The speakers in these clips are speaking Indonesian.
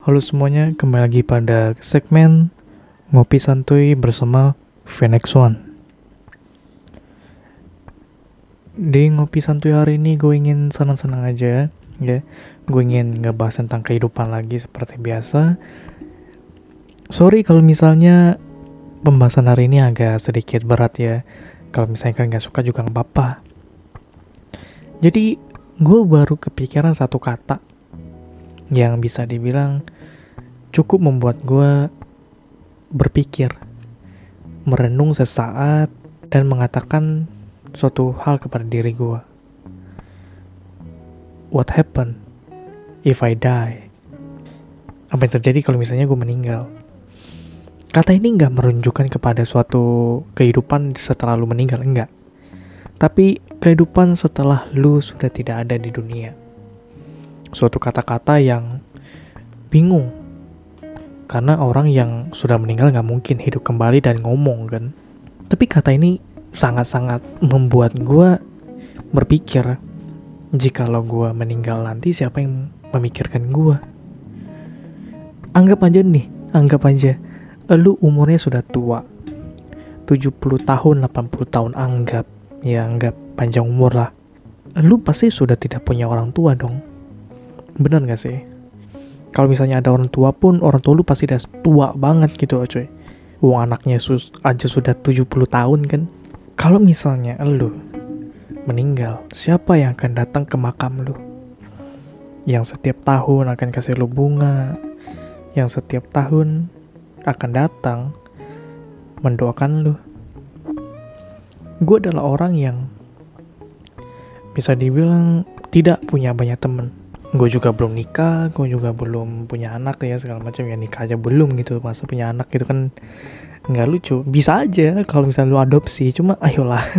Halo semuanya, kembali lagi pada segmen Ngopi Santuy bersama Phoenix One. Di Ngopi Santuy hari ini gue ingin senang-senang aja ya. Gue ingin ngebahas tentang kehidupan lagi seperti biasa. Sorry kalau misalnya pembahasan hari ini agak sedikit berat ya. Kalau misalnya kalian gak suka juga gak apa-apa. Jadi gue baru kepikiran satu kata yang bisa dibilang cukup membuat gue berpikir, merenung sesaat, dan mengatakan suatu hal kepada diri gue. What happen if I die? Apa yang terjadi kalau misalnya gue meninggal? Kata ini gak menunjukkan kepada suatu kehidupan setelah lu meninggal, enggak. Tapi kehidupan setelah lu sudah tidak ada di dunia. Suatu kata-kata yang bingung. Karena orang yang sudah meninggal gak mungkin hidup kembali dan ngomong kan. Tapi kata ini sangat-sangat membuat gue berpikir, jikalau gue meninggal nanti siapa yang memikirkan gue? Anggap aja lu umurnya sudah tua, 70 tahun, 80 tahun, anggap panjang umur lah. Lu pasti sudah tidak punya orang tua dong. Bener gak sih? Kalau misalnya ada orang tua pun, orang tua lu pasti udah tua banget gitu coy. Anaknya aja sudah 70 tahun kan. Kalau misalnya lu meninggal, siapa yang akan datang ke makam lu? Yang setiap tahun akan kasih lu bunga, yang setiap tahun akan datang mendoakan lu. Gue adalah orang yang bisa dibilang tidak punya banyak temen. Gue juga belum nikah, gue juga belum punya anak ya segala macam, ya nikah aja belum gitu, masa punya anak gitu kan nggak lucu. Bisa aja kalau misalnya lu adopsi, cuma ayolah.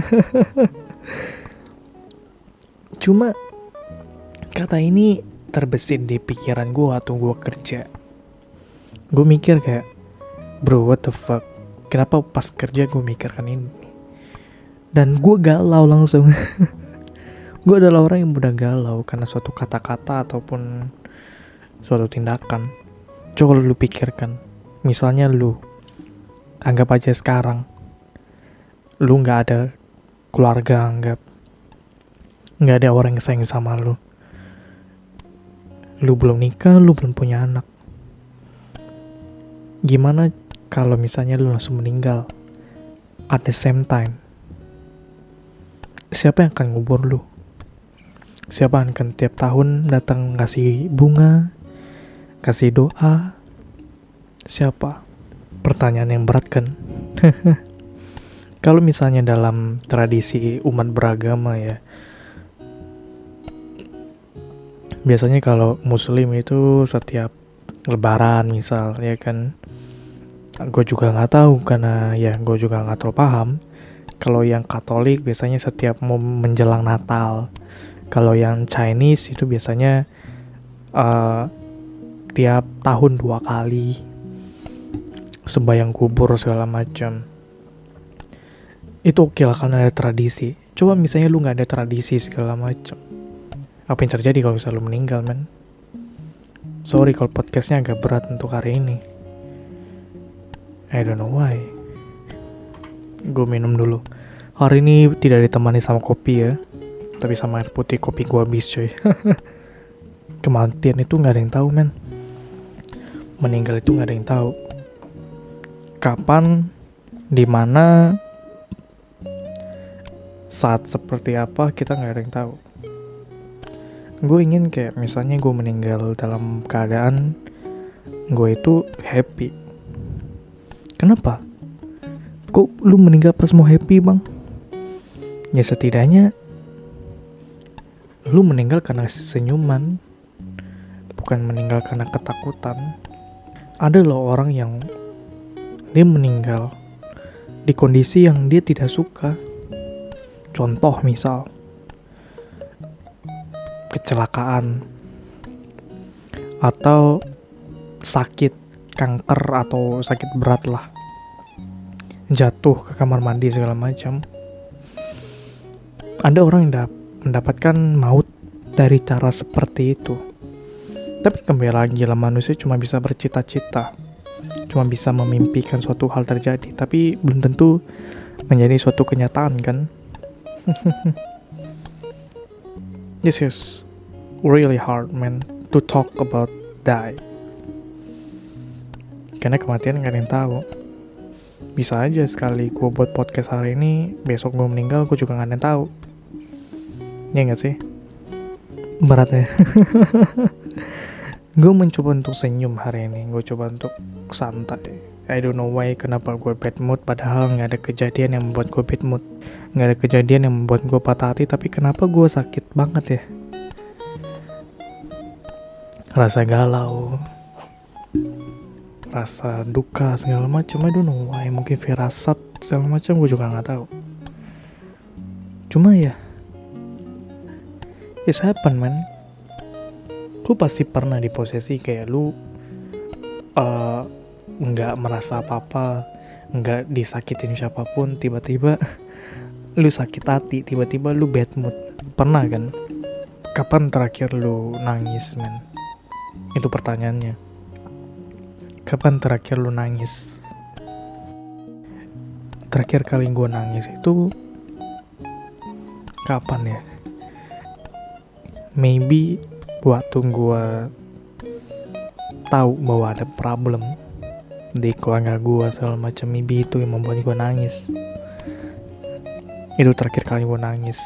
Cuma kata ini terbesit di pikiran gue waktu gue kerja. Gue mikir kayak, bro, what the fuck, kenapa pas kerja gue mikirkan ini? Dan gue galau langsung. Gue adalah orang yang mudah galau karena suatu kata-kata ataupun suatu tindakan. Coba lu pikirkan, misalnya lu, anggap aja sekarang lu gak ada keluarga, gak ada orang yang sayang sama lu. Lu belum nikah, lu belum punya anak. Gimana kalau misalnya lu langsung meninggal at the same time? Siapa yang akan ngubur lu? Siapa yang akan tiap tahun datang kasih bunga, kasih doa? Siapa? Pertanyaan yang berat kan? Kalau misalnya dalam tradisi umat beragama ya, biasanya kalau muslim itu setiap lebaran misal ya kan, gue juga nggak tahu karena ya gue juga nggak terlalu paham. Kalau yang Katolik biasanya setiap mau menjelang Natal. Kalau yang Chinese itu biasanya tiap tahun 2 kali sembahyang kubur segala macam. Itu oke lah karena ada tradisi. Coba misalnya lu nggak ada tradisi segala macam, apa yang terjadi kalau misalnya lu meninggal, men? Sorry kalau podcastnya agak berat untuk hari ini. I don't know why. Gue minum dulu. Hari ini tidak ditemani sama kopi ya, tapi sama air putih. Kopi gue habis coy. Kematian itu gak ada yang tahu, men. Meninggal itu gak ada yang tahu kapan, dimana, saat seperti apa, kita gak ada yang tahu. Gue ingin kayak misalnya gue meninggal dalam keadaan gue itu happy. Kenapa? Kok lu meninggal pas mau happy, bang? Ya setidaknya lu meninggal karena senyuman, bukan meninggal karena ketakutan. Ada loh orang yang dia meninggal di kondisi yang dia tidak suka. Contoh misal kecelakaan atau sakit kanker atau sakit berat lah, jatuh ke kamar mandi segala macam. Ada orang yang mendapatkan maut dari cara seperti itu. Tapi kembali lagi lah, manusia cuma bisa bercita-cita, cuma bisa memimpikan suatu hal terjadi, tapi belum tentu menjadi suatu kenyataan kan. This is really hard man to talk about die, karena kematian gak ada yang tahu. Bisa aja sekali gue buat podcast hari ini, besok gue meninggal, gue juga gak ada yang tahu. Ya gak sih? Berat ya. Gue mencoba untuk senyum hari ini, gue coba untuk santai. I don't know why, kenapa gue bad mood, padahal gak ada kejadian yang membuat gue bad mood, gak ada kejadian yang membuat gue patah hati, tapi kenapa gue sakit banget ya. Rasa galau, rasa duka segala macam, I don't know why, mungkin firasat segala macam, gue juga gak tahu. Cuma ya, it's happen man. Lu pasti pernah di posisi kayak lu nggak merasa apa-apa, nggak disakitin siapapun, tiba-tiba lu sakit hati, tiba-tiba lu bad mood. Pernah kan? Kapan terakhir lu nangis man? Itu pertanyaannya. Kapan terakhir lu nangis? Terakhir kali gue nangis itu kapan ya? Maybe waktu gue tahu bahwa ada problem di keluarga gue segala macam, maybe itu yang membuat gue nangis. Itu terakhir kali gue nangis.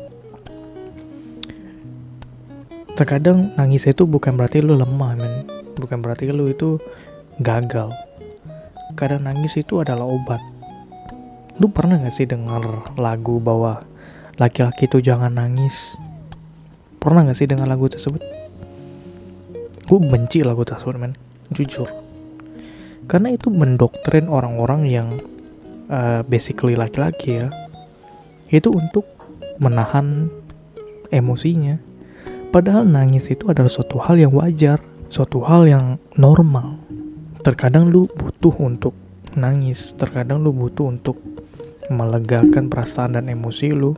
Terkadang nangis itu bukan berarti lu lemah men, bukan berarti lu itu gagal. Kadang nangis itu adalah obat. Lu pernah gak sih dengar lagu bahwa laki-laki itu jangan nangis? Pernah gak sih dengar lagu tersebut? Gue benci lagu tersebut men, jujur. Karena itu mendoktrin orang-orang yang basically laki-laki ya, itu untuk menahan emosinya. Padahal nangis itu adalah suatu hal yang wajar, suatu hal yang normal. Terkadang lu butuh untuk nangis, terkadang lu butuh untuk melegakan perasaan dan emosi lu.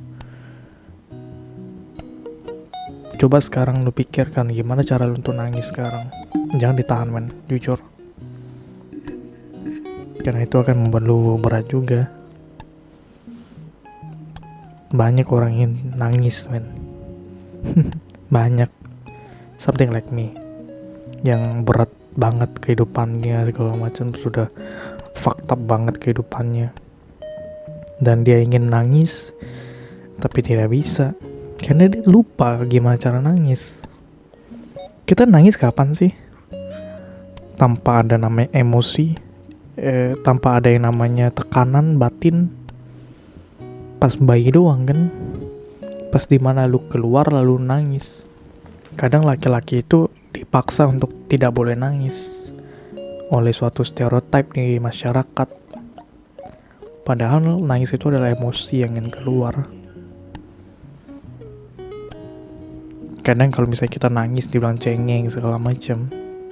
Coba sekarang lu pikirkan gimana cara lu untuk nangis sekarang. Jangan ditahan men, jujur. Karena itu akan membuat lu berat juga. Banyak orang yang nangis men. Banyak. Something like me, yang berat banget kehidupannya segala macam, sudah fucked up banget kehidupannya, dan dia ingin nangis tapi tidak bisa. Karena dia lupa gimana cara nangis. Kita nangis kapan sih? Tanpa ada namanya emosi, tanpa ada yang namanya tekanan batin. Pas bayi doang kan? Pas dimana lu keluar lalu nangis. Kadang laki-laki itu dipaksa untuk tidak boleh nangis oleh suatu stereotip di masyarakat. Padahal nangis itu adalah emosi yang ingin keluar. Kadang kalau misalnya kita nangis dibilang cengeng segala macam.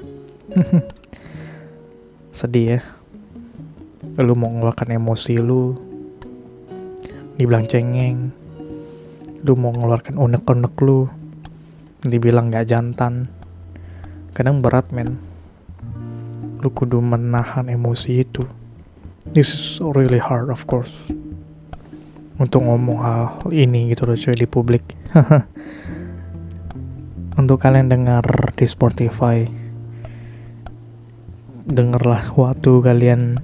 Sedih ya. Lu mau ngeluarkan emosi lu, dibilang cengeng. Lu mau ngeluarkan unek-unek lu, dibilang gak jantan. Kadang berat men. Lu kudu menahan emosi itu. This is really hard of course, untuk ngomong hal ini gitu loh cuy di publik. Untuk kalian dengar di Spotify, dengarlah waktu kalian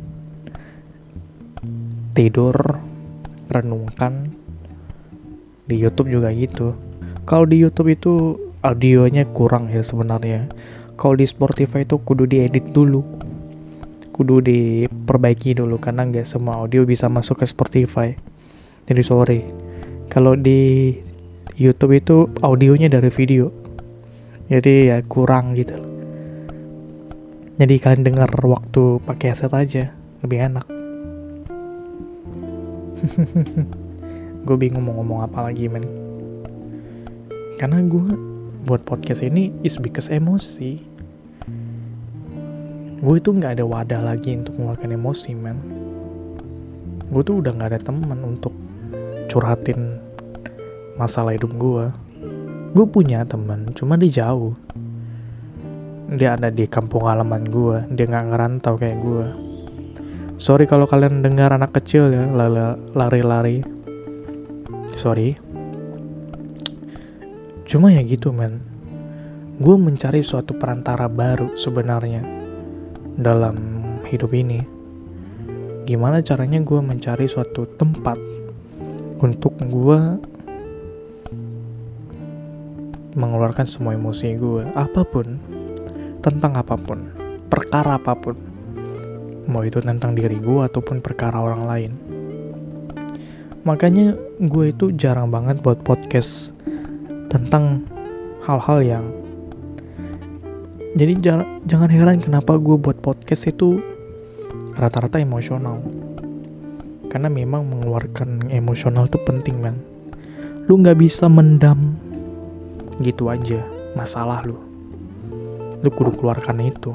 tidur, renungkan. Di YouTube juga gitu. Kalau di YouTube itu audionya kurang ya sebenarnya. Kalau di Spotify itu kudu diedit dulu, kudu diperbaiki dulu, karena nggak semua audio bisa masuk ke Spotify. Jadi sorry. Kalau di YouTube itu audionya dari video, jadi ya kurang gitu. Jadi kalian dengar waktu pakai headset aja, lebih enak. Gue bingung mau ngomong apa lagi men. Karena gue buat podcast ini is because emosi. Gue itu gak ada wadah lagi untuk mengeluarkan emosi men. Gue tuh udah gak ada teman untuk curhatin masalah hidup gue. Gue punya teman, cuma dia jauh. Dia ada di kampung halaman gue. Dia gak ngerantau kayak gue. Sorry kalau kalian dengar anak kecil ya lari-lari. Sorry. Cuma ya gitu men. Gue mencari suatu perantara baru sebenarnya dalam hidup ini. Gimana caranya gue mencari suatu tempat untuk gue mengeluarkan semua emosi gue, apapun, tentang apapun, perkara apapun, mau itu tentang diri gue ataupun perkara orang lain. Makanya gue itu jarang banget buat podcast tentang hal-hal yang, jadi jangan heran kenapa gue buat podcast itu rata-rata emosional. Karena memang mengeluarkan emosional itu penting man. Lu gak bisa mendam gitu aja masalah lu kudu keluarkan itu.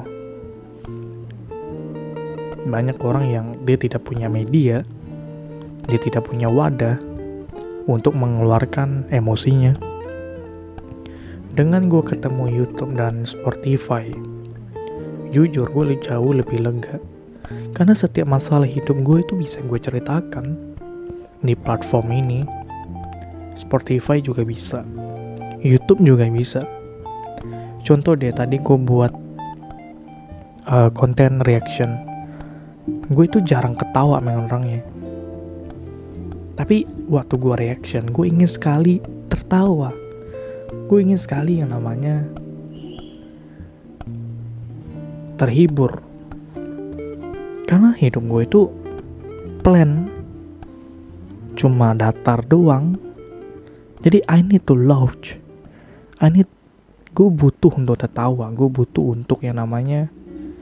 Banyak orang yang dia tidak punya media, dia tidak punya wadah untuk mengeluarkan emosinya. Dengan gue ketemu YouTube dan Spotify, jujur gue jauh lebih lega. Karena setiap masalah hidup gue itu bisa gue ceritakan di platform ini. Spotify juga bisa, YouTube juga bisa. Contoh deh, tadi gue buat konten reaction. Gue itu jarang ketawa sama orangnya. Tapi waktu gue reaction, gue ingin sekali tertawa. Gue ingin sekali yang namanya terhibur. Karena hidup gue itu plain, cuma datar doang. Jadi I need to laugh. Gue butuh untuk tertawa. Gue butuh untuk yang namanya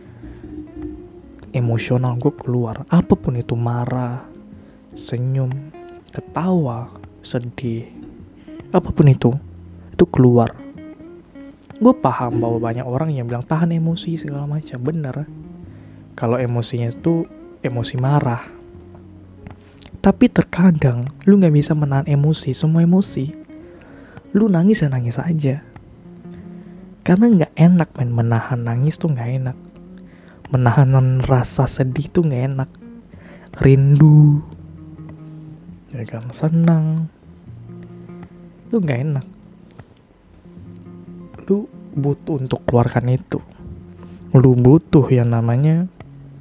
emosional gue keluar. Apapun itu, marah, senyum, ketawa, sedih, apapun itu keluar. Gue paham bahwa banyak orang yang bilang tahan emosi segala macam. Bener, kalau emosinya itu emosi marah. Tapi terkadang lu gak bisa menahan emosi, semua emosi. Lu nangis ya nangis aja. Karena gak enak menahan nangis tuh gak enak. Menahan rasa sedih tuh gak enak. Rindu, ya kan, senang, itu gak enak. Lu butuh untuk keluarkan itu. Lu butuh yang namanya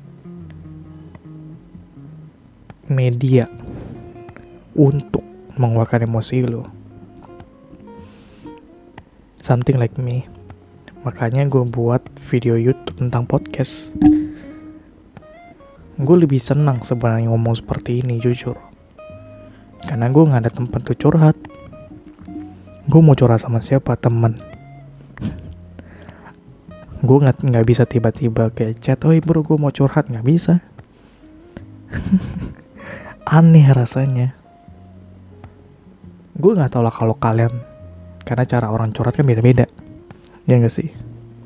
media untuk mengeluarkan emosi lu. Something like me. Makanya gue buat video YouTube tentang podcast. Gue lebih senang sebenarnya ngomong seperti ini, jujur. Karena gue gak ada tempat tuh curhat. Gue mau curhat sama siapa? Temen. Gue gak bisa tiba-tiba kayak chat, "Oi bro, gue mau curhat." Gak bisa. Aneh rasanya. Gue gak tau lah kalau kalian, karena cara orang curhat kan beda-beda. Ya gak sih?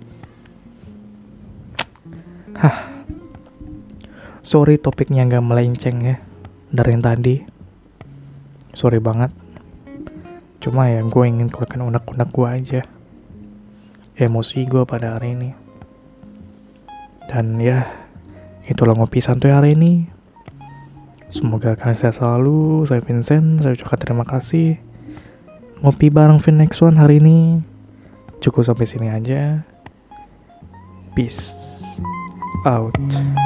Sorry topiknya gak melenceng ya dari yang tadi. Sorry banget. Cuma ya gue ingin keluarkan unek-unek gue aja, emosi gue pada hari ini. Dan ya, itulah ngopi santuy hari ini. Semoga kalian sehat selalu. Saya Vincent, saya ucapkan terima kasih. Ngopi bareng Vin Next One hari ini. Cukup sampai sini aja. Peace out.